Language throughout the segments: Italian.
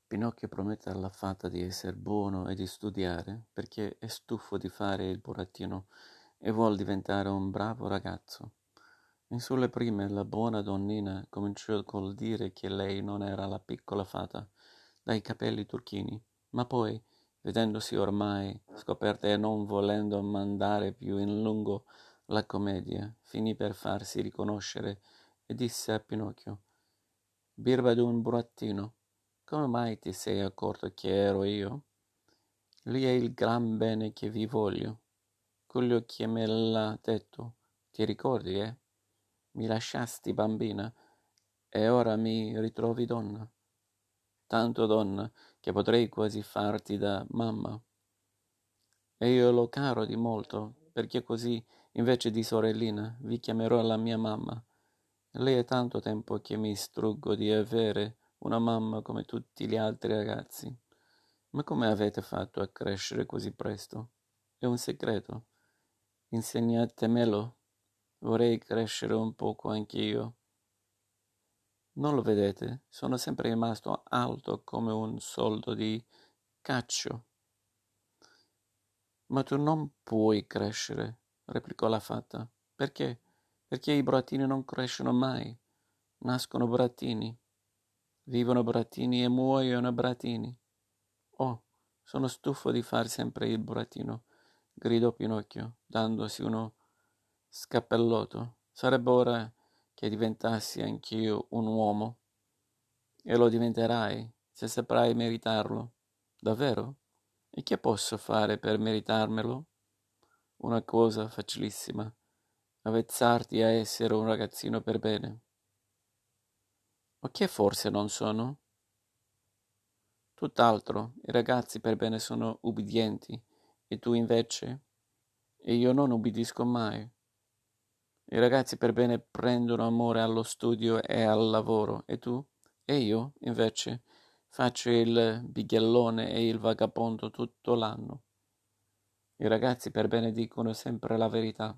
Pinocchio promette alla fata di essere buono e di studiare perché è stufo di fare il burattino e vuol diventare un bravo ragazzo. In sulle prime la buona donnina cominciò col dire che lei non era la piccola fata dai capelli turchini, ma poi, vedendosi ormai scoperta e non volendo mandare più in lungo la commedia, finì per farsi riconoscere e disse a Pinocchio: Birba d'un burattino, come mai ti sei accorto che ero io? Lì è il gran bene che vi voglio. Quello che me l'ha detto, ti ricordi, eh? Mi lasciasti bambina e ora mi ritrovi donna. Tanto donna che potrei quasi farti da mamma. E io lo caro di molto, perché così, invece di sorellina, vi chiamerò la mia mamma. Lei è tanto tempo che mi struggo di avere una mamma come tutti gli altri ragazzi. Ma come avete fatto a crescere così presto? È un segreto. Insegnatemelo. Vorrei crescere un poco anch'io. Non lo vedete? Sono sempre rimasto alto come un soldo di caccio. Ma tu non puoi crescere, replicò la fata. Perché? Perché i burattini non crescono mai. Nascono burattini, vivono burattini e muoiono burattini. Oh, sono stufo di far sempre il burattino, gridò Pinocchio, dandosi uno scappellotto. Sarebbe ora che diventassi anch'io un uomo. E lo diventerai, se saprai meritarlo. Davvero? E che posso fare per meritarmelo? Una cosa facilissima, avvezzarti a essere un ragazzino per bene. O che forse non sono? Tutt'altro, i ragazzi per bene sono ubbidienti, e tu invece? E io non ubbidisco mai. I ragazzi per bene prendono amore allo studio e al lavoro, e tu? E io, invece, faccio il bighellone e il vagabondo tutto l'anno. I ragazzi per bene dicono sempre la verità,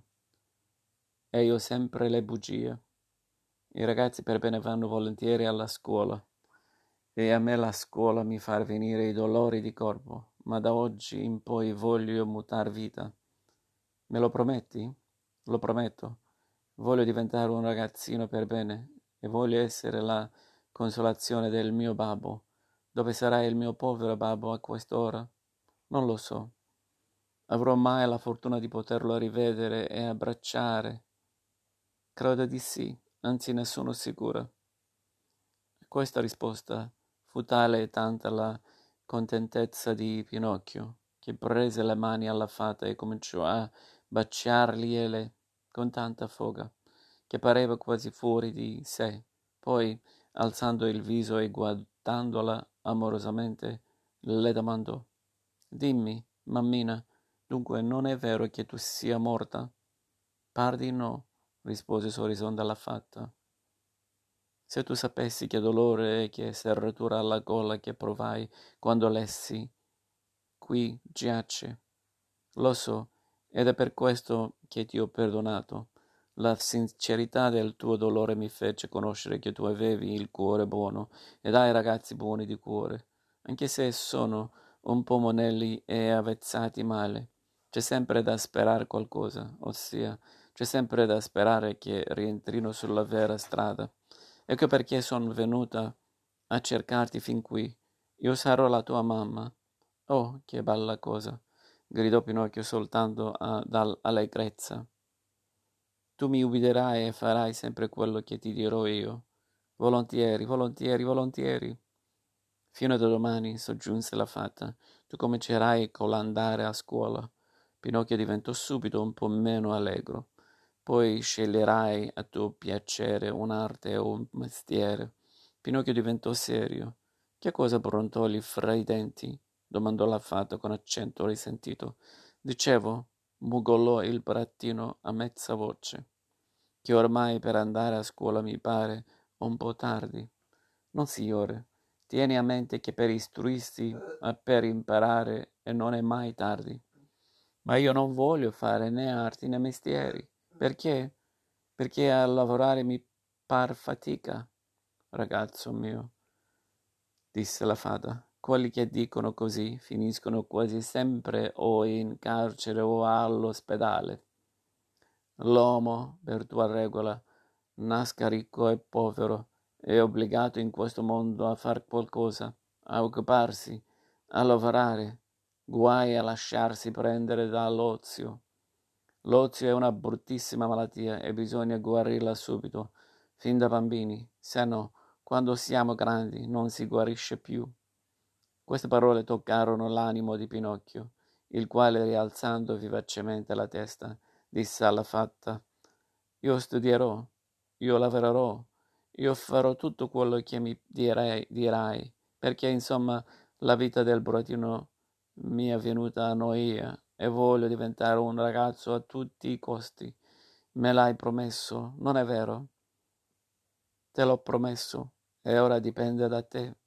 e io sempre le bugie. I ragazzi per bene vanno volentieri alla scuola, e a me la scuola mi fa venire i dolori di corpo, ma da oggi in poi voglio mutar vita. Me lo prometti? Lo prometto. Voglio diventare un ragazzino per bene e voglio essere la consolazione del mio babbo. Dove sarà il mio povero babbo a quest'ora? Non lo so. Avrò mai la fortuna di poterlo rivedere e abbracciare? Credo di sì, anzi ne sono sicura. Questa risposta fu tale e tanta la contentezza di Pinocchio, che prese le mani alla fata e cominciò a baciargliele con tanta foga, che pareva quasi fuori di sé. Poi, alzando il viso e guardandola amorosamente, le domandò: Dimmi, mammina, dunque non è vero che tu sia morta? Par di no, rispose sorrisendo la fata. Se tu sapessi che dolore e che serratura alla gola che provai quando lessi, qui giace. Lo so, ed è per questo che ti ho perdonato. La sincerità del tuo dolore mi fece conoscere che tu avevi il cuore buono ed hai ragazzi buoni di cuore, anche se sono un po' monelli e avvezzati male. C'è sempre da sperare qualcosa, ossia, c'è sempre da sperare che rientrino sulla vera strada. Ecco perché sono venuta a cercarti fin qui. Io sarò la tua mamma. Oh, che bella cosa! Gridò Pinocchio soltanto dall'allegrezza. Tu mi ubbidirai e farai sempre quello che ti dirò io. Volentieri, volentieri, volentieri. Fino a domani, soggiunse la fata, tu comincerai con l'andare a scuola. Pinocchio diventò subito un po' meno allegro. Poi sceglierai a tuo piacere un'arte o un mestiere. Pinocchio diventò serio. Che cosa brontoli fra i denti? Domandò la fata con accento risentito. Dicevo, mugolò il burattino a mezza voce, che ormai per andare a scuola mi pare un po' tardi. Non, signore, tieni a mente che per istruirsi e per imparare e non è mai tardi. Ma io non voglio fare né arti né mestieri. Perché? Perché a lavorare mi par fatica, ragazzo mio. disse la fata. Quelli che dicono così finiscono quasi sempre o in carcere o all'ospedale. L'uomo, per tua regola, nasca ricco e povero, è obbligato in questo mondo a far qualcosa, a occuparsi, a lavorare, guai a lasciarsi prendere dall'ozio. L'ozio è una bruttissima malattia e bisogna guarirla subito, fin da bambini, se no, quando siamo grandi, non si guarisce più. Queste parole toccarono l'animo di Pinocchio, il quale, rialzando vivacemente la testa, disse alla fatta: Io studierò, io lavorerò, io farò tutto quello che mi dirai, perché insomma la vita del burattino mi è venuta a noia e voglio diventare un ragazzo a tutti i costi. Me l'hai promesso, non è vero? Te l'ho promesso e ora dipende da te.